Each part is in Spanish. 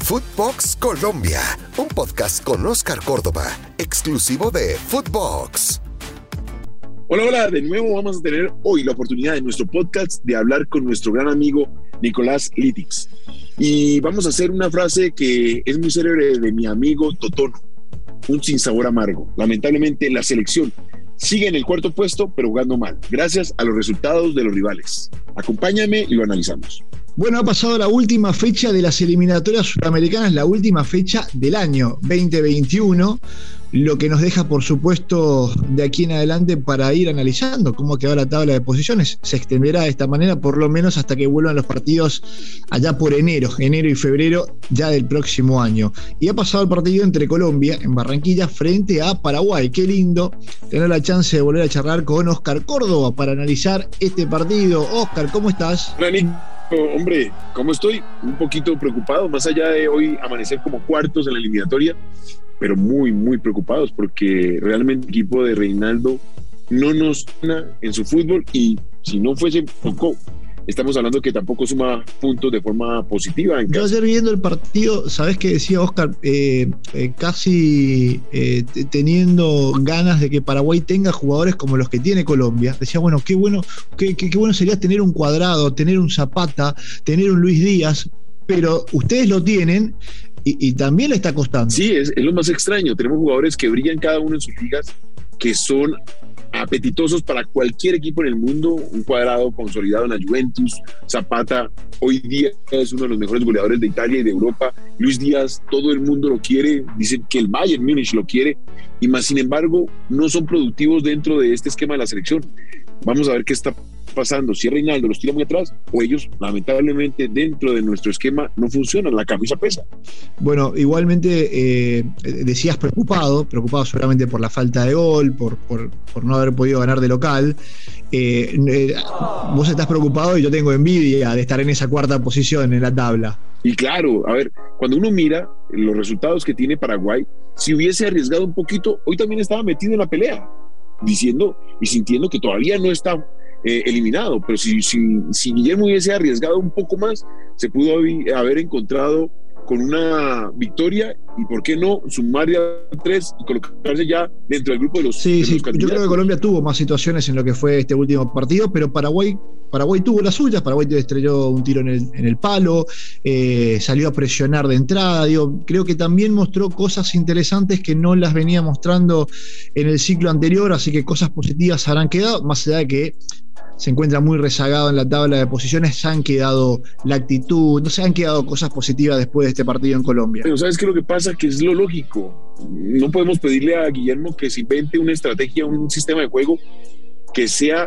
Footbox Colombia, un podcast con Oscar Córdoba, exclusivo de Footbox. Hola, de nuevo vamos a tener hoy la oportunidad en nuestro podcast de hablar con nuestro gran amigo Nicolás Litix. Y vamos a hacer una frase que es muy célebre de mi amigo Totono, un sinsabor amargo. Lamentablemente la selección sigue en el cuarto puesto, pero jugando mal, gracias a los resultados de los rivales. Acompáñame y lo analizamos. Bueno, ha pasado la última fecha de las eliminatorias sudamericanas, la última fecha del año 2021, lo que nos deja, por supuesto, de aquí en adelante para ir analizando cómo quedó la tabla de posiciones. Se extenderá de esta manera por lo menos hasta que vuelvan los partidos allá por enero y febrero ya del próximo año. Y ha pasado el partido entre Colombia, en Barranquilla, frente a Paraguay. Qué lindo tener la chance de volver a charlar con Oscar Córdoba para analizar este partido. Oscar, ¿cómo estás? Hola, Nick. Hombre, ¿cómo estoy? Un poquito preocupado, más allá de hoy amanecer como cuartos en la eliminatoria, pero muy, muy preocupados porque realmente el equipo de Reinaldo no nos gana en su fútbol y si no fuese poco, estamos hablando que tampoco suma puntos de forma positiva. Yo ayer viendo el partido, ¿sabés qué decía Oscar? Casi teniendo ganas de que Paraguay tenga jugadores como los que tiene Colombia. Decía, bueno, qué bueno sería tener un Cuadrado, tener un Zapata, tener un Luis Díaz, pero ustedes lo tienen y también le está costando. Sí, es lo más extraño. Tenemos jugadores que brillan cada uno en sus ligas, que son apetitosos para cualquier equipo en el mundo. Un Cuadrado consolidado en la Juventus, Zapata hoy día es uno de los mejores goleadores de Italia y de Europa, Luis Díaz todo el mundo lo quiere, dicen que el Bayern Múnich lo quiere, y más sin embargo no son productivos dentro de este esquema de la selección. Vamos a ver qué está pasando, si Reinaldo los tira muy atrás o ellos lamentablemente dentro de nuestro esquema no funcionan, la camisa pesa. Bueno, igualmente decías preocupado seguramente por la falta de gol, por no haber podido ganar de local. Vos estás preocupado y yo tengo envidia de estar en esa cuarta posición en la tabla. Y claro, a ver, cuando uno mira los resultados que tiene Paraguay, si hubiese arriesgado un poquito, hoy también estaba metido en la pelea, diciendo y sintiendo que todavía no está eliminado, pero si Guillermo hubiese arriesgado un poco más, se pudo haber encontrado con una victoria y por qué no sumar ya 3 y colocarse ya dentro del grupo de los candidatos. Yo creo que Colombia tuvo más situaciones en lo que fue este último partido, pero Paraguay tuvo las suyas. Paraguay te estrelló un tiro en el palo, salió a presionar de entrada. Creo que también mostró cosas interesantes que no las venía mostrando en el ciclo anterior, así que cosas positivas habrán quedado, más allá de que se encuentra muy rezagado en la tabla de posiciones, se han quedado la actitud, no se han quedado cosas positivas después de este partido en Colombia. Pero ¿sabes qué es lo que pasa? Que es lo lógico. No podemos pedirle a Guillermo que se invente una estrategia, un sistema de juego que sea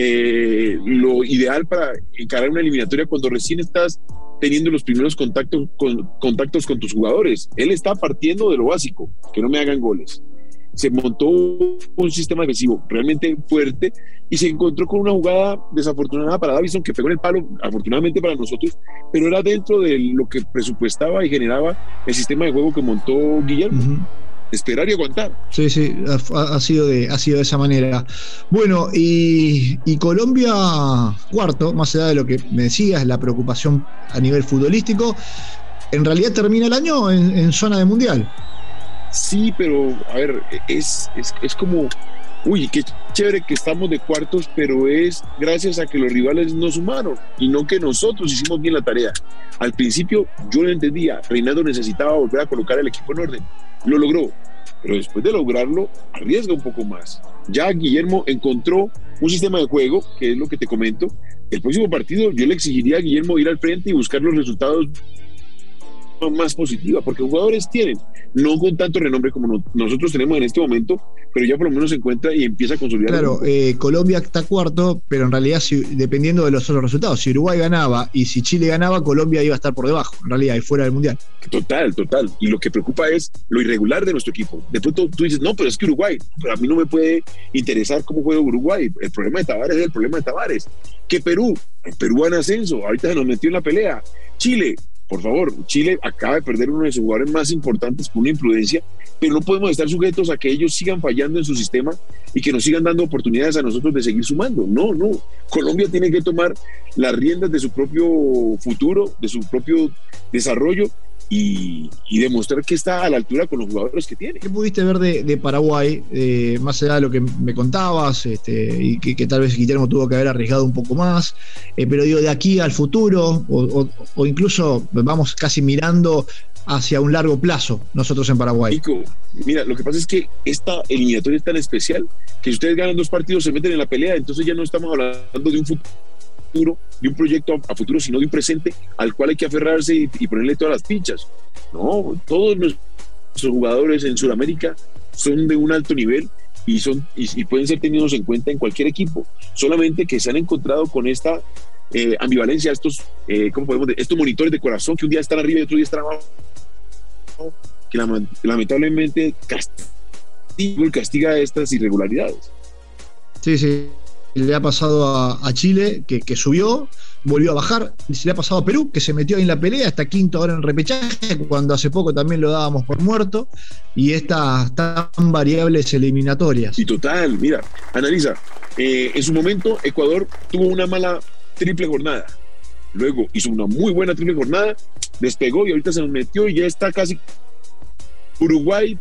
lo ideal para encarar una eliminatoria cuando recién estás teniendo los primeros contactos con tus jugadores. Él está partiendo de lo básico, que no me hagan goles. Se montó un sistema defensivo realmente fuerte y se encontró con una jugada desafortunada para Davinson que pegó en el palo, afortunadamente para nosotros, pero era dentro de lo que presupuestaba y generaba el sistema de juego que montó Guillermo. Uh-huh. Esperar y aguantar. Sí, ha sido de esa manera. Bueno, y Colombia cuarto, más allá de lo que me decías, la preocupación a nivel futbolístico, en realidad termina el año en zona de mundial. Sí, pero a ver, es como, uy, qué chévere que estamos de cuartos, pero es gracias a que los rivales no sumaron y no que nosotros hicimos bien la tarea. Al principio yo lo entendía, Reinaldo necesitaba volver a colocar el equipo en orden, lo logró, pero después de lograrlo arriesga un poco más. Ya Guillermo encontró un sistema de juego, que es lo que te comento. El próximo partido yo le exigiría a Guillermo ir al frente y buscar los resultados más positiva, porque jugadores tienen, no con tanto renombre como nosotros tenemos en este momento, pero ya por lo menos se encuentra y empieza a consolidar. Claro, Colombia está cuarto, pero en realidad dependiendo de los otros resultados, si Uruguay ganaba y si Chile ganaba, Colombia iba a estar por debajo, en realidad, y fuera del Mundial. Total, y lo que preocupa es lo irregular de nuestro equipo. De pronto tú dices, no, pero es que Uruguay, pero a mí no me puede interesar cómo juega Uruguay, el problema de Tavares es el problema de Tavares. Que Perú va en ascenso, ahorita se nos metió en la pelea. Chile, por favor, Chile acaba de perder uno de sus jugadores más importantes por una imprudencia, pero no podemos estar sujetos a que ellos sigan fallando en su sistema y que nos sigan dando oportunidades a nosotros de seguir sumando. No. Colombia tiene que tomar las riendas de su propio futuro, de su propio desarrollo y demostrar que está a la altura con los jugadores que tiene. ¿Qué pudiste ver de Paraguay, más allá de lo que me contabas, y que tal vez Guillermo tuvo que haber arriesgado un poco más, pero digo, de aquí al futuro, o incluso vamos casi mirando hacia un largo plazo nosotros en Paraguay? Nico, mira, lo que pasa es que esta eliminatoria es tan especial que si ustedes ganan 2 partidos se meten en la pelea, entonces ya no estamos hablando de un futuro, de un proyecto a futuro, sino de un presente al cual hay que aferrarse y ponerle todas las fichas. No, todos nuestros jugadores en Sudamérica son de un alto nivel y pueden ser tenidos en cuenta en cualquier equipo, solamente que se han encontrado con esta ambivalencia, estos monitores de corazón que un día están arriba y otro día están abajo, que lamentablemente castiga estas irregularidades. Sí, le ha pasado a Chile, que subió, volvió a bajar, se le ha pasado a Perú, que se metió ahí en la pelea, está quinto ahora en repechaje, cuando hace poco también lo dábamos por muerto, y estas tan variables eliminatorias. Y total, mira, analiza, en su momento Ecuador tuvo una mala triple jornada, luego hizo una muy buena triple jornada, despegó y ahorita se nos metió y ya está casi. Uruguay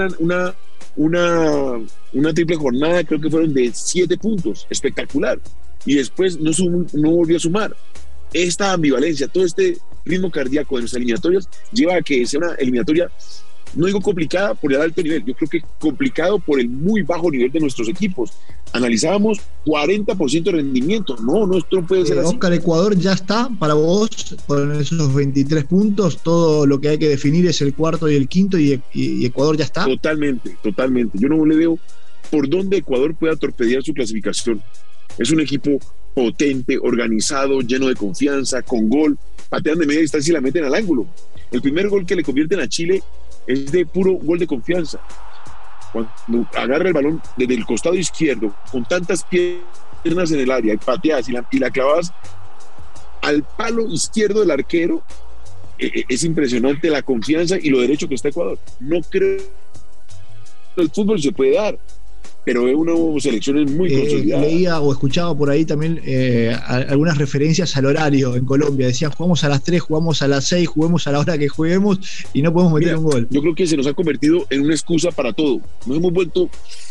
una triple jornada, creo que fueron de 7 puntos, espectacular, y después no volvió a sumar. Esta ambivalencia, todo este ritmo cardíaco de nuestras eliminatorias lleva a que sea una eliminatoria, no digo complicada por el alto nivel, yo creo que complicado por el muy bajo nivel de nuestros equipos. Analizábamos 40% de rendimiento, no, esto no puede ser así. Oscar, Ecuador ya está para vos con esos 23 puntos, todo lo que hay que definir es el cuarto y el quinto, y Ecuador ya está. Totalmente, yo no le veo por dónde Ecuador pueda torpedear su clasificación. Es un equipo potente, organizado, lleno de confianza, con gol, patean de media distancia y la meten al ángulo. El primer gol que le convierten a Chile es de puro gol de confianza. Cuando agarra el balón desde el costado izquierdo, con tantas piernas en el área, y pateas y la clavas al palo izquierdo del arquero, es impresionante la confianza y lo derecho que está Ecuador. No creo que el fútbol se puede dar, pero es una selección muy consolidada. Leía o escuchaba por ahí también algunas referencias al horario en Colombia. Decían, jugamos a las 3, jugamos a las 6, juguemos a la hora que juguemos y no podemos meter un gol. Yo creo que se nos ha convertido en una excusa para todo. Nos hemos vuelto...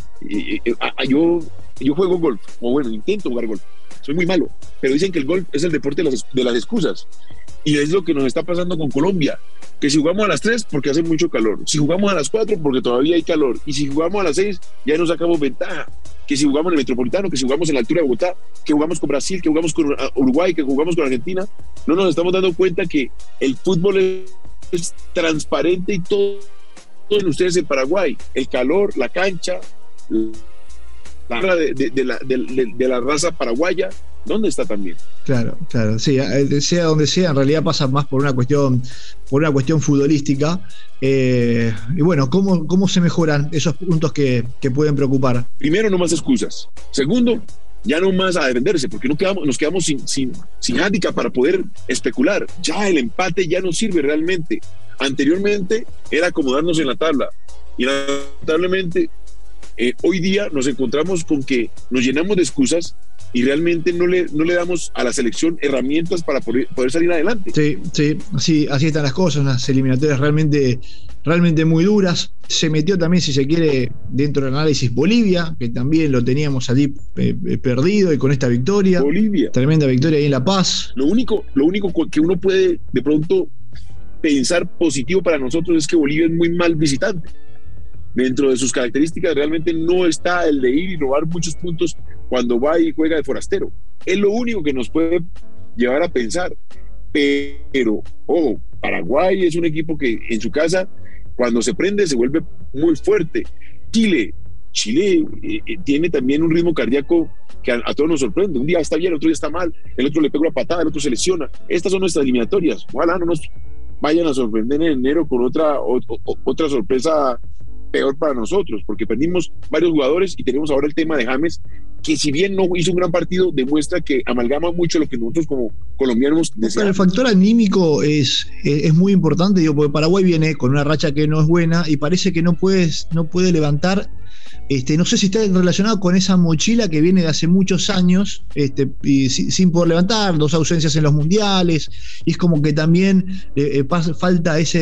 yo juego golf, o bueno, intento jugar golf. Soy muy malo, pero dicen que el golf es el deporte de las excusas. Y es lo que nos está pasando con Colombia, que si jugamos a las 3 porque hace mucho calor, si jugamos a las 4 porque todavía hay calor, y si jugamos a las 6 ya nos sacamos ventaja, que si jugamos en el Metropolitano, que si jugamos en la altura de Bogotá, que jugamos con Brasil, que jugamos con Uruguay, que jugamos con Argentina, no nos estamos dando cuenta que el fútbol es transparente y todo en ustedes en Paraguay, el calor, la cancha, de la raza paraguaya, ¿dónde está también? Claro, sí, sea donde sea, en realidad pasa más por una cuestión futbolística. Y bueno, ¿cómo se mejoran esos puntos que pueden preocupar? Primero, no más excusas. Segundo, ya no más a defenderse, porque nos quedamos sin hándicap para poder especular. Ya el empate ya no sirve realmente. Anteriormente era acomodarnos en la tabla, y lamentablemente hoy día nos encontramos con que nos llenamos de excusas y realmente no le damos a la selección herramientas para poder salir adelante. Sí, así están las cosas, unas eliminatorias realmente muy duras. Se metió también, si se quiere, dentro del análisis Bolivia, que también lo teníamos allí perdido, y con esta victoria. Bolivia. Tremenda victoria ahí en La Paz. Lo único que uno puede de pronto pensar positivo para nosotros es que Bolivia es muy mal visitante. Dentro de sus características realmente no está el de ir y robar muchos puntos cuando va y juega de forastero. Es lo único que nos puede llevar a pensar. Pero, Paraguay es un equipo que en su casa, cuando se prende, se vuelve muy fuerte. Chile tiene también un ritmo cardíaco que a todos nos sorprende. Un día está bien, el otro día está mal, el otro le pega una patada, el otro se lesiona. Estas son nuestras eliminatorias. Ojalá no nos vayan a sorprender en enero con otra sorpresa peor para nosotros, porque perdimos varios jugadores y tenemos ahora el tema de James, que si bien no hizo un gran partido, demuestra que amalgama mucho lo que nosotros como colombianos deseamos. Pero el factor anímico es muy importante, digo, porque Paraguay viene con una racha que no es buena y parece que no puede levantar. No sé si está relacionado con esa mochila que viene de hace muchos años, y sin poder levantar, 2 ausencias en los mundiales, y es como que también falta esa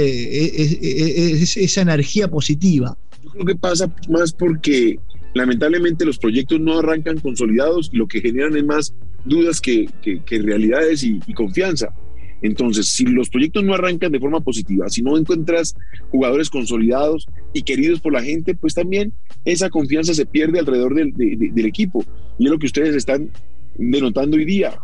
energía positiva. Yo creo que pasa más porque lamentablemente los proyectos no arrancan consolidados y lo que generan es más dudas que realidades y confianza. Entonces, si los proyectos no arrancan de forma positiva, si no encuentras jugadores consolidados y queridos por la gente, pues también esa confianza se pierde alrededor del equipo. Y es lo que ustedes están denotando hoy día.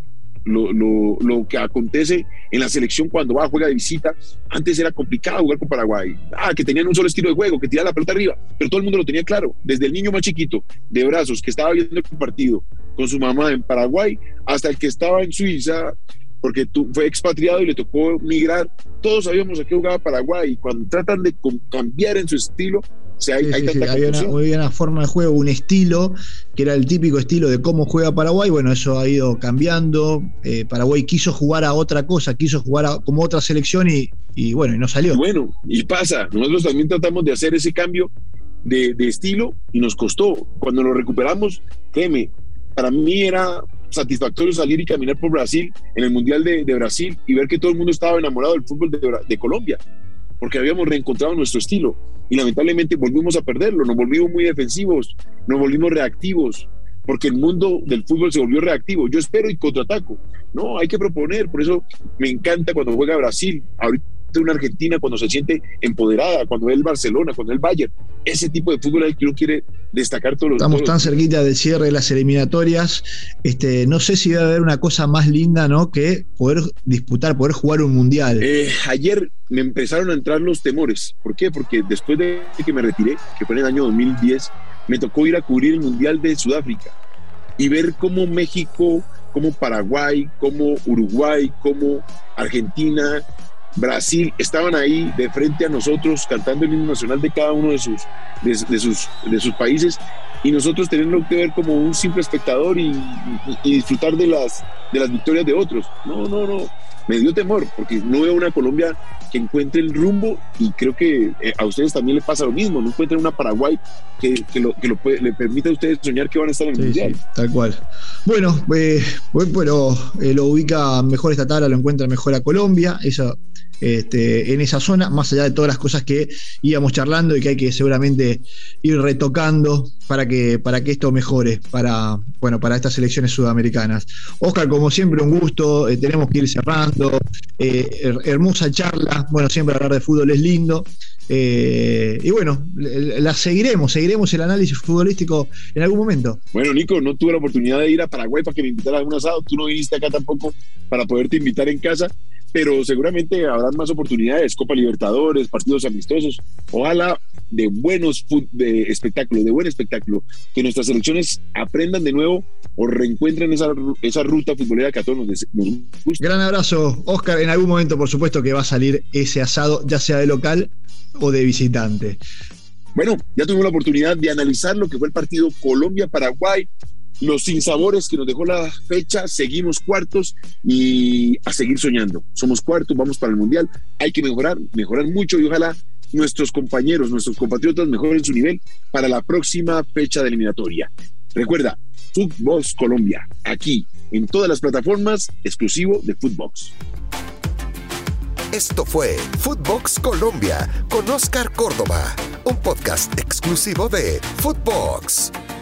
Lo que acontece en la selección cuando juega de visita. Antes era complicado jugar con Paraguay. Que tenían un solo estilo de juego, que tiraba la pelota arriba, pero todo el mundo lo tenía claro. Desde el niño más chiquito, de brazos, que estaba viendo el partido con su mamá en Paraguay, hasta el que estaba en Suiza, porque fue expatriado y le tocó migrar. Todos sabíamos a qué jugaba Paraguay, y cuando tratan de cambiar en su estilo, había una forma de juego, un estilo que era el típico estilo de cómo juega Paraguay. Bueno, eso ha ido cambiando. Paraguay quiso jugar a otra cosa, quiso jugar como otra selección y bueno, y no salió. Bueno, y pasa, nosotros también tratamos de hacer ese cambio de estilo y nos costó. Cuando lo recuperamos, créeme, para mí era satisfactorio salir y caminar por Brasil en el Mundial de Brasil y ver que todo el mundo estaba enamorado del fútbol de Colombia, porque habíamos reencontrado nuestro estilo y lamentablemente volvimos a perderlo. Nos volvimos muy defensivos, nos volvimos reactivos, porque el mundo del fútbol se volvió reactivo. Yo espero y contraataco. No, hay que proponer. Por eso me encanta cuando juega Brasil, ahorita una Argentina, cuando se siente empoderada, cuando ve el Barcelona, cuando ve el Bayern. Ese tipo de fútbol es el que uno quiere destacar todos los días. Estamos tan cerquita del cierre de las eliminatorias. No sé si va a haber una cosa más linda, ¿no?, que poder jugar un mundial. Ayer me empezaron a entrar los temores. ¿Por qué? Porque después de que me retiré, que fue en el año 2010, me tocó ir a cubrir el Mundial de Sudáfrica y ver cómo México, cómo Paraguay, cómo Uruguay, cómo Argentina, Brasil estaban ahí de frente a nosotros cantando el himno nacional de cada uno de sus países, y nosotros teniendo que ver como un simple espectador y disfrutar de las victorias de otros. No, me dio temor porque no veo una Colombia que encuentre el rumbo, y creo que a ustedes también les pasa lo mismo. No encuentran una Paraguay que le permita a ustedes soñar que van a estar en el Mundial. Sí, tal cual. Bueno, lo ubica mejor esta tabla, lo encuentra mejor a Colombia, en esa zona, más allá de todas las cosas que íbamos charlando y que hay que seguramente ir retocando para que esto mejore para estas elecciones sudamericanas. Oscar, como siempre, un gusto. Tenemos que ir cerrando. Hermosa charla. Bueno, siempre hablar de fútbol es lindo. Y bueno, seguiremos el análisis futbolístico en algún momento. Bueno, Nico, no tuve la oportunidad de ir a Paraguay para que me invitaras a un asado. Tú no viniste acá tampoco para poderte invitar en casa, pero seguramente habrán más oportunidades. Copa Libertadores, partidos amistosos. Ojalá de buen espectáculo, que nuestras selecciones aprendan de nuevo o reencuentren esa ruta futbolera que a todos nos gusta. Gran abrazo, Oscar. En algún momento, por supuesto, que va a salir ese asado, ya sea de local o de visitante. Bueno, ya tuvimos la oportunidad de analizar lo que fue el partido Colombia-Paraguay, los sinsabores que nos dejó la fecha. Seguimos cuartos y a seguir soñando. Somos cuartos, vamos para el Mundial. Hay que mejorar mucho, y ojalá nuestros compañeros, nuestros compatriotas mejoren su nivel para la próxima fecha de eliminatoria. Recuerda, Footbox Colombia, aquí en todas las plataformas, exclusivo de Footbox. Esto fue Footbox Colombia con Oscar Córdoba, un podcast exclusivo de Footbox.